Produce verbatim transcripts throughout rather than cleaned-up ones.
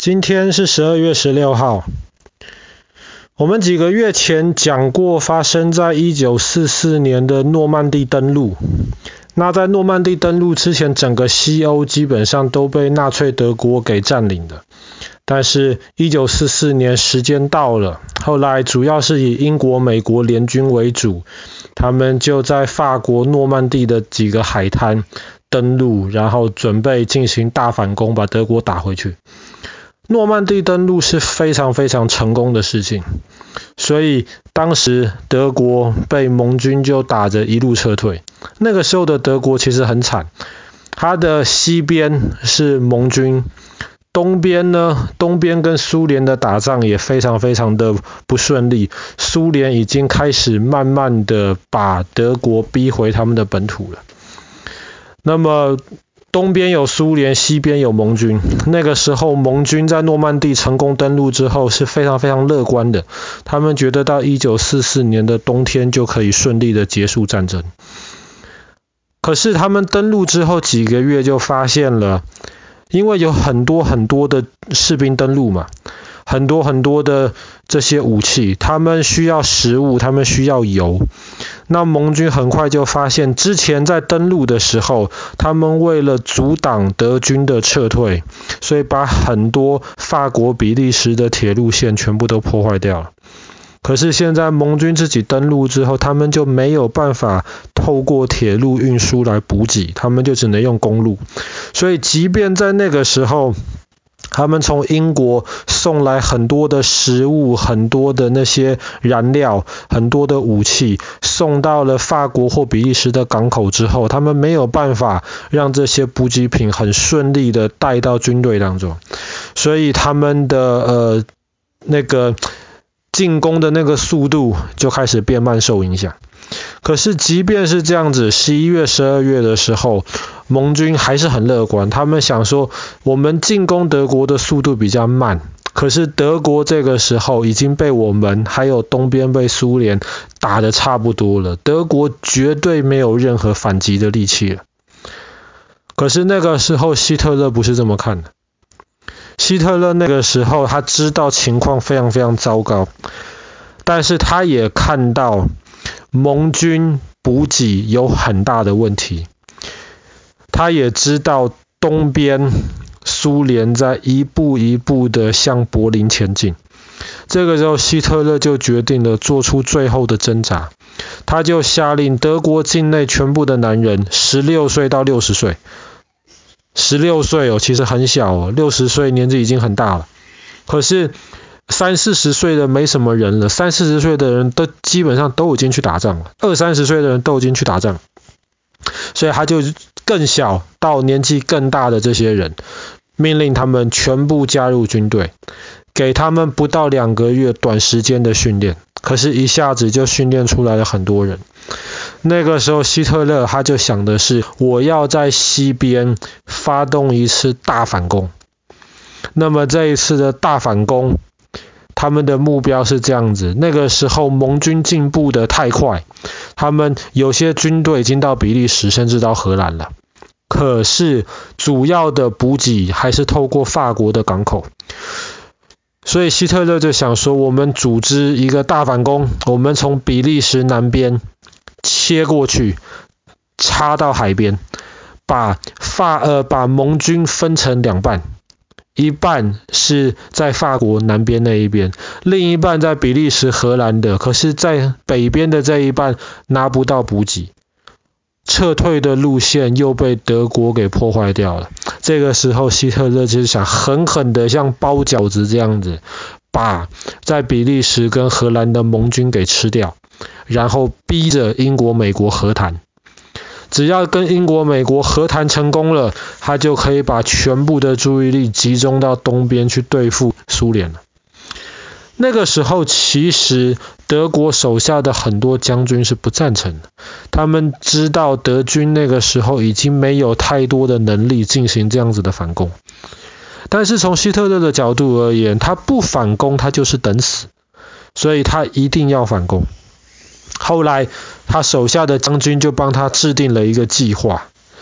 今天是十二月十六号。我们几个月前讲过发生在一九四四年的诺曼底登陆。那在诺曼底登陆之前，整个西欧基本上都被纳粹德国给占领的。但是一九四四年时间到了，后来主要是以英国、美国联军为主，他们就在法国诺曼底的几个海滩登陆，然后准备进行大反攻，把德国打回去。诺曼底登陆是非常非常成功的事情，所以当时德国被盟军就打着一路撤退。那个时候的德国其实很惨，它的西边是盟军，东边呢，东边跟苏联的打仗也非常非常的不顺利，苏联已经开始慢慢的把德国逼回他们的本土了。那么东边有苏联，西边有盟军。那个时候盟军在诺曼底成功登陆之后是非常非常乐观的，他们觉得到一九四四年的冬天就可以顺利的结束战争。可是他们登陆之后几个月就发现了，因为有很多很多的士兵登陆嘛，很多很多的这些武器，他们需要食物，他们需要油。那盟军很快就发现，之前在登陆的时候，他们为了阻挡德军的撤退，所以把很多法国、比利时的铁路线全部都破坏掉了。可是现在盟军自己登陆之后，他们就没有办法透过铁路运输来补给，他们就只能用公路。所以即便在那个时候，他们从英国送来很多的食物，很多的那些燃料，很多的武器，送到了法国或比利时的港口之后，他们没有办法让这些补给品很顺利的带到军队当中，所以他们的呃那个进攻的那个速度就开始变慢，受影响。可是即便是这样子，十一月、十二月的时候，盟军还是很乐观，他们想说，我们进攻德国的速度比较慢，可是德国这个时候已经被我们还有东边被苏联打得差不多了，德国绝对没有任何反击的力气了。可是那个时候希特勒不是这么看的，希特勒那个时候他知道情况非常非常糟糕，但是他也看到盟军补给有很大的问题，他也知道东边苏联在一步一步的向柏林前进。这个时候希特勒就决定了做出最后的挣扎，他就下令德国境内全部的男人十六岁到六十岁，十六岁哦，其实很小哦，六十岁年纪已经很大了。可是三四十岁的没什么人了，三四十岁的人都基本上都已经去打仗了，二三十岁的人都已经去打仗，所以他就更小到年纪更大的这些人，命令他们全部加入军队，给他们不到两个月短时间的训练，可是一下子就训练出来了很多人。那个时候希特勒他就想的是，我要在西边发动一次大反攻。那么这一次的大反攻，他们的目标是这样子，那个时候盟军进步的太快，他们有些军队已经到比利时甚至到荷兰了，可是主要的补给还是透过法国的港口。所以希特勒就想说，我们组织一个大反攻，我们从比利时南边切过去，插到海边，把法呃把盟军分成两半，一半是在法国南边那一边，另一半在比利时、荷兰的，可是在北边的这一半拿不到补给，撤退的路线又被德国给破坏掉了。这个时候希特勒就是想狠狠的像包饺子这样子，把在比利时跟荷兰的盟军给吃掉，然后逼着英国、美国和谈。只要跟英国、美国和谈成功了，他就可以把全部的注意力集中到东边去对付苏联了。那个时候其实德国手下的很多将军是不赞成的，他们知道德军那个时候已经没有太多的能力进行这样子的反攻。但是从希特勒的角度而言，他不反攻他就是等死，所以他一定要反攻。后来他手下的将军就帮他制定了一个计划，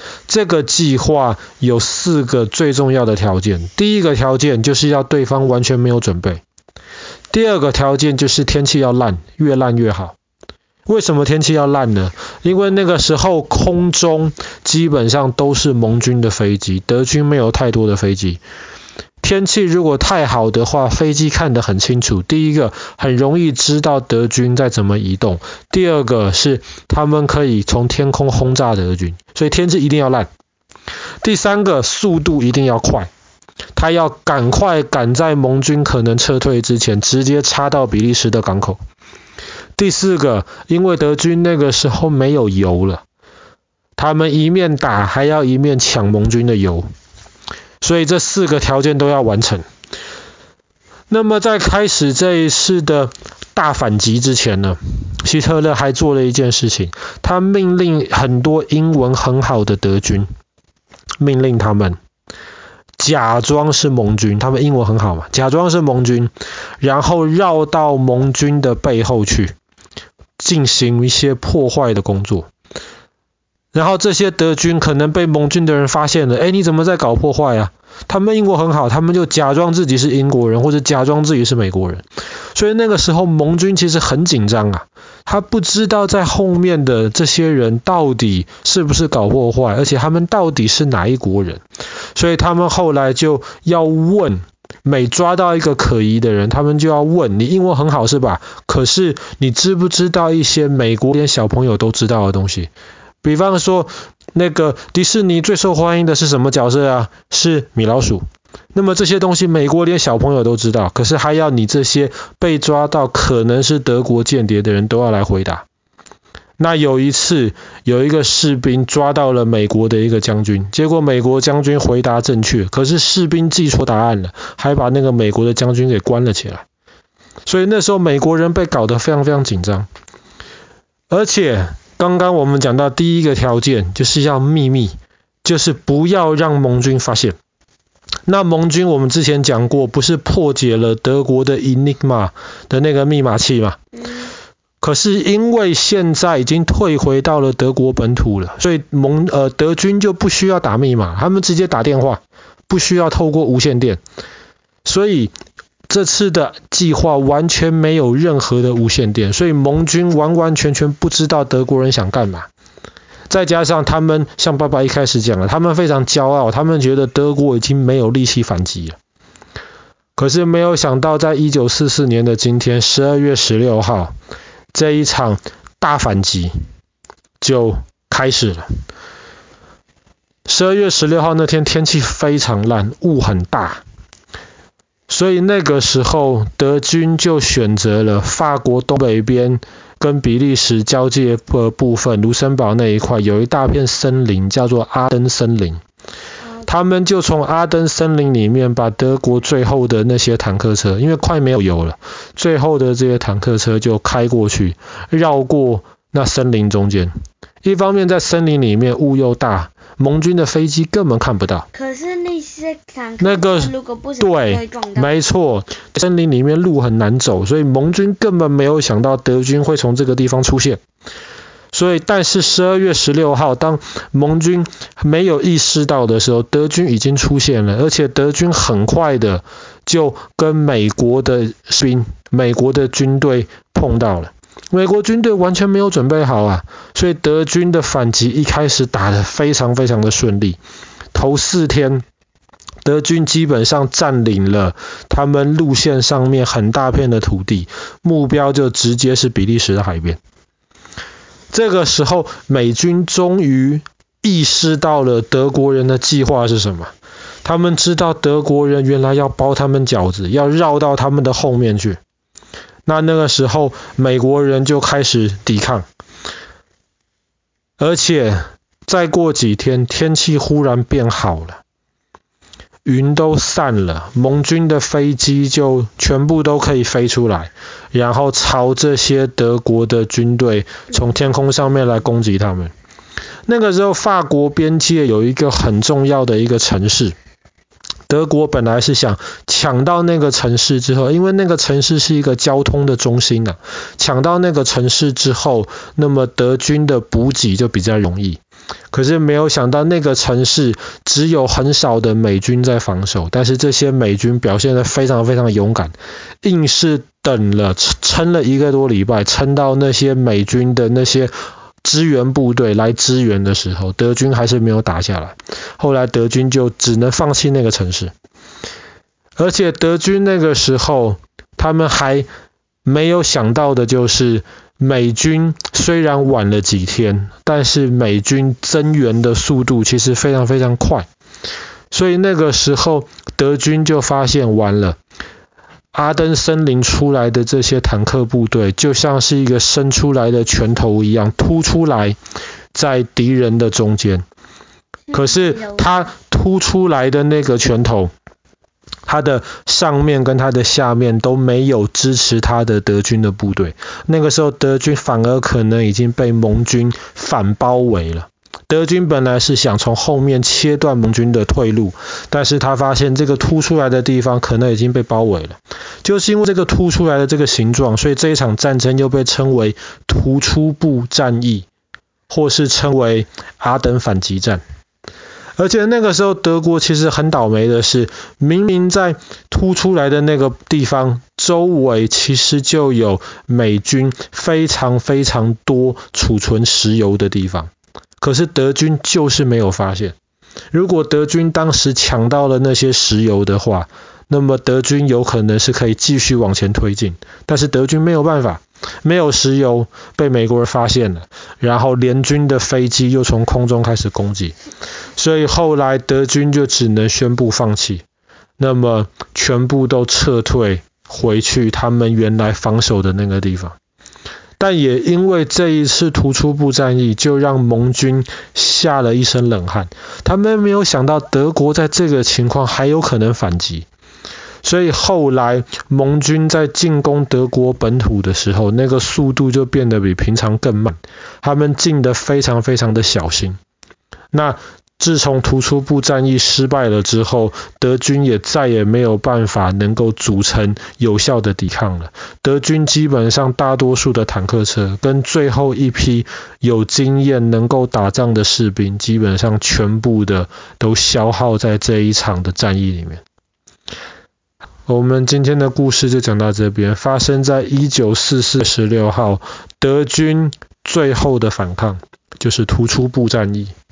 这个计划有四个最重要的条件。第一个条件就是要对方完全没有准备。第二个条件就是天气要烂，越烂越好。为什么天气要烂呢？因为那个时候空中基本上都是盟军的飞机，德军没有太多的飞机。天气如果太好的话，飞机看得很清楚。第一个，很容易知道德军在怎么移动。第二个是他们可以从天空轰炸德军，所以天气一定要烂。第三个，速度一定要快，他要赶快赶在盟军可能撤退之前，直接插到比利时的港口。第四个，因为德军那个时候没有油了，他们一面打还要一面抢盟军的油。所以这四个条件都要完成。那么在开始这一次的大反击之前呢，希特勒还做了一件事情，他命令很多英文很好的德军，命令他们假装是盟军，他们英文很好嘛，假装是盟军，然后绕到盟军的背后去进行一些破坏的工作。然后这些德军可能被盟军的人发现了，诶，你怎么在搞破坏啊？他们英国很好，他们就假装自己是英国人，或者假装自己是美国人。所以那个时候盟军其实很紧张啊，他不知道在后面的这些人到底是不是搞破坏，而且他们到底是哪一国人。所以他们后来就要问，每抓到一个可疑的人，他们就要问，你英文很好是吧？可是你知不知道一些美国连小朋友都知道的东西？比方说，那个迪士尼最受欢迎的是什么角色啊？是米老鼠。那么这些东西美国连小朋友都知道，可是还要你这些被抓到可能是德国间谍的人都要来回答。那有一次，有一个士兵抓到了美国的一个将军，结果美国将军回答正确，可是士兵记错答案了，还把那个美国的将军给关了起来。所以那时候美国人被搞得非常非常紧张。而且刚刚我们讲到第一个条件就是要秘密，就是不要让盟军发现。那盟军我们之前讲过，不是破解了德国的 Enigma 的那个密码器吗？可是因为现在已经退回到了德国本土了，所以盟呃德军就不需要打密码，他们直接打电话，不需要透过无线电。所以这次的计划完全没有任何的无线电，所以盟军完完全全不知道德国人想干嘛。再加上他们像爸爸一开始讲了，他们非常骄傲，他们觉得德国已经没有力气反击了。可是没有想到在一九四四年的今天十二月十六号，这一场大反击就开始了。十二月十六号那天天气非常烂，雾很大，所以那个时候德军就选择了法国东北边跟比利时交界的部分，卢森堡那一块有一大片森林叫做阿登森林，他们就从阿登森林里面把德国最后的那些坦克车，因为快没有油了，最后的这些坦克车就开过去，绕过那森林中间。一方面在森林里面雾又大，盟军的飞机根本看不到。 可是那些坦克那个如果不小心会撞到， 没错，森林里面路很难走，所以盟军根本没有想到德军会从这个地方出现。所以但是十二月十六号当盟军没有意识到的时候，德军已经出现了，而且德军很快的就跟美国的兵美国的军队碰到了。美国军队完全没有准备好啊，所以德军的反击一开始打得非常非常的顺利。头四天德军基本上占领了他们路线上面很大片的土地，目标就直接是比利时的海边。这个时候美军终于意识到了德国人的计划是什么，他们知道德国人原来要包他们饺子，要绕到他们的后面去。那那个时候美国人就开始抵抗，而且再过几天天气忽然变好了，云都散了，盟军的飞机就全部都可以飞出来，然后朝这些德国的军队从天空上面来攻击他们。那个时候法国边界有一个很重要的一个城市，德国本来是想抢到那个城市之后，因为那个城市是一个交通的中心啊，抢到那个城市之后，那么德军的补给就比较容易。 可是没有想到那个城市只有很少的美军在防守，但是这些美军表现得非常非常勇敢，硬是等了撑了一个多礼拜，撑到那些美军的那些支援部队来支援的时候，德军还是没有打下来。后来德军就只能放弃那个城市，而且德军那个时候他们还没有想到的就是，美军虽然晚了几天，但是美军增援的速度其实非常非常快，所以那个时候德军就发现完了，阿登森林出来的这些坦克部队就像是一个伸出来的拳头一样突出来在敌人的中间，可是他突出来的那个拳头，它的上面跟它的下面都没有支持它的德军的部队，那个时候德军反而可能已经被盟军反包围了。德军本来是想从后面切断盟军的退路，但是他发现这个凸出来的地方可能已经被包围了，就是因为这个凸出来的这个形状，所以这一场战争又被称为突出部战役，或是称为阿登反击战。而且那个时候德国其实很倒霉的是，明明在凸出来的那个地方周围其实就有美军非常非常多储存石油的地方，可是德军就是没有发现。如果德军当时抢到了那些石油的话，那么德军有可能是可以继续往前推进，但是德军没有办法，没有石油，被美国人发现了，然后联军的飞机又从空中开始攻击，所以后来德军就只能宣布放弃，那么全部都撤退回去他们原来防守的那个地方。但也因为这一次突出部战役，就让盟军吓了一身冷汗，他们没有想到德国在这个情况还有可能反击，所以后来盟军在进攻德国本土的时候，那个速度就变得比平常更慢，他们进得非常非常的小心。那自从突出部战役失败了之后，德军也再也没有办法能够组成有效的抵抗了。德军基本上大多数的坦克车跟最后一批有经验能够打仗的士兵，基本上全部的都消耗在这一场的战役里面。我们今天的故事就讲到这边，发生在一九四四年十六号，德军最后的反抗就是突出部战役。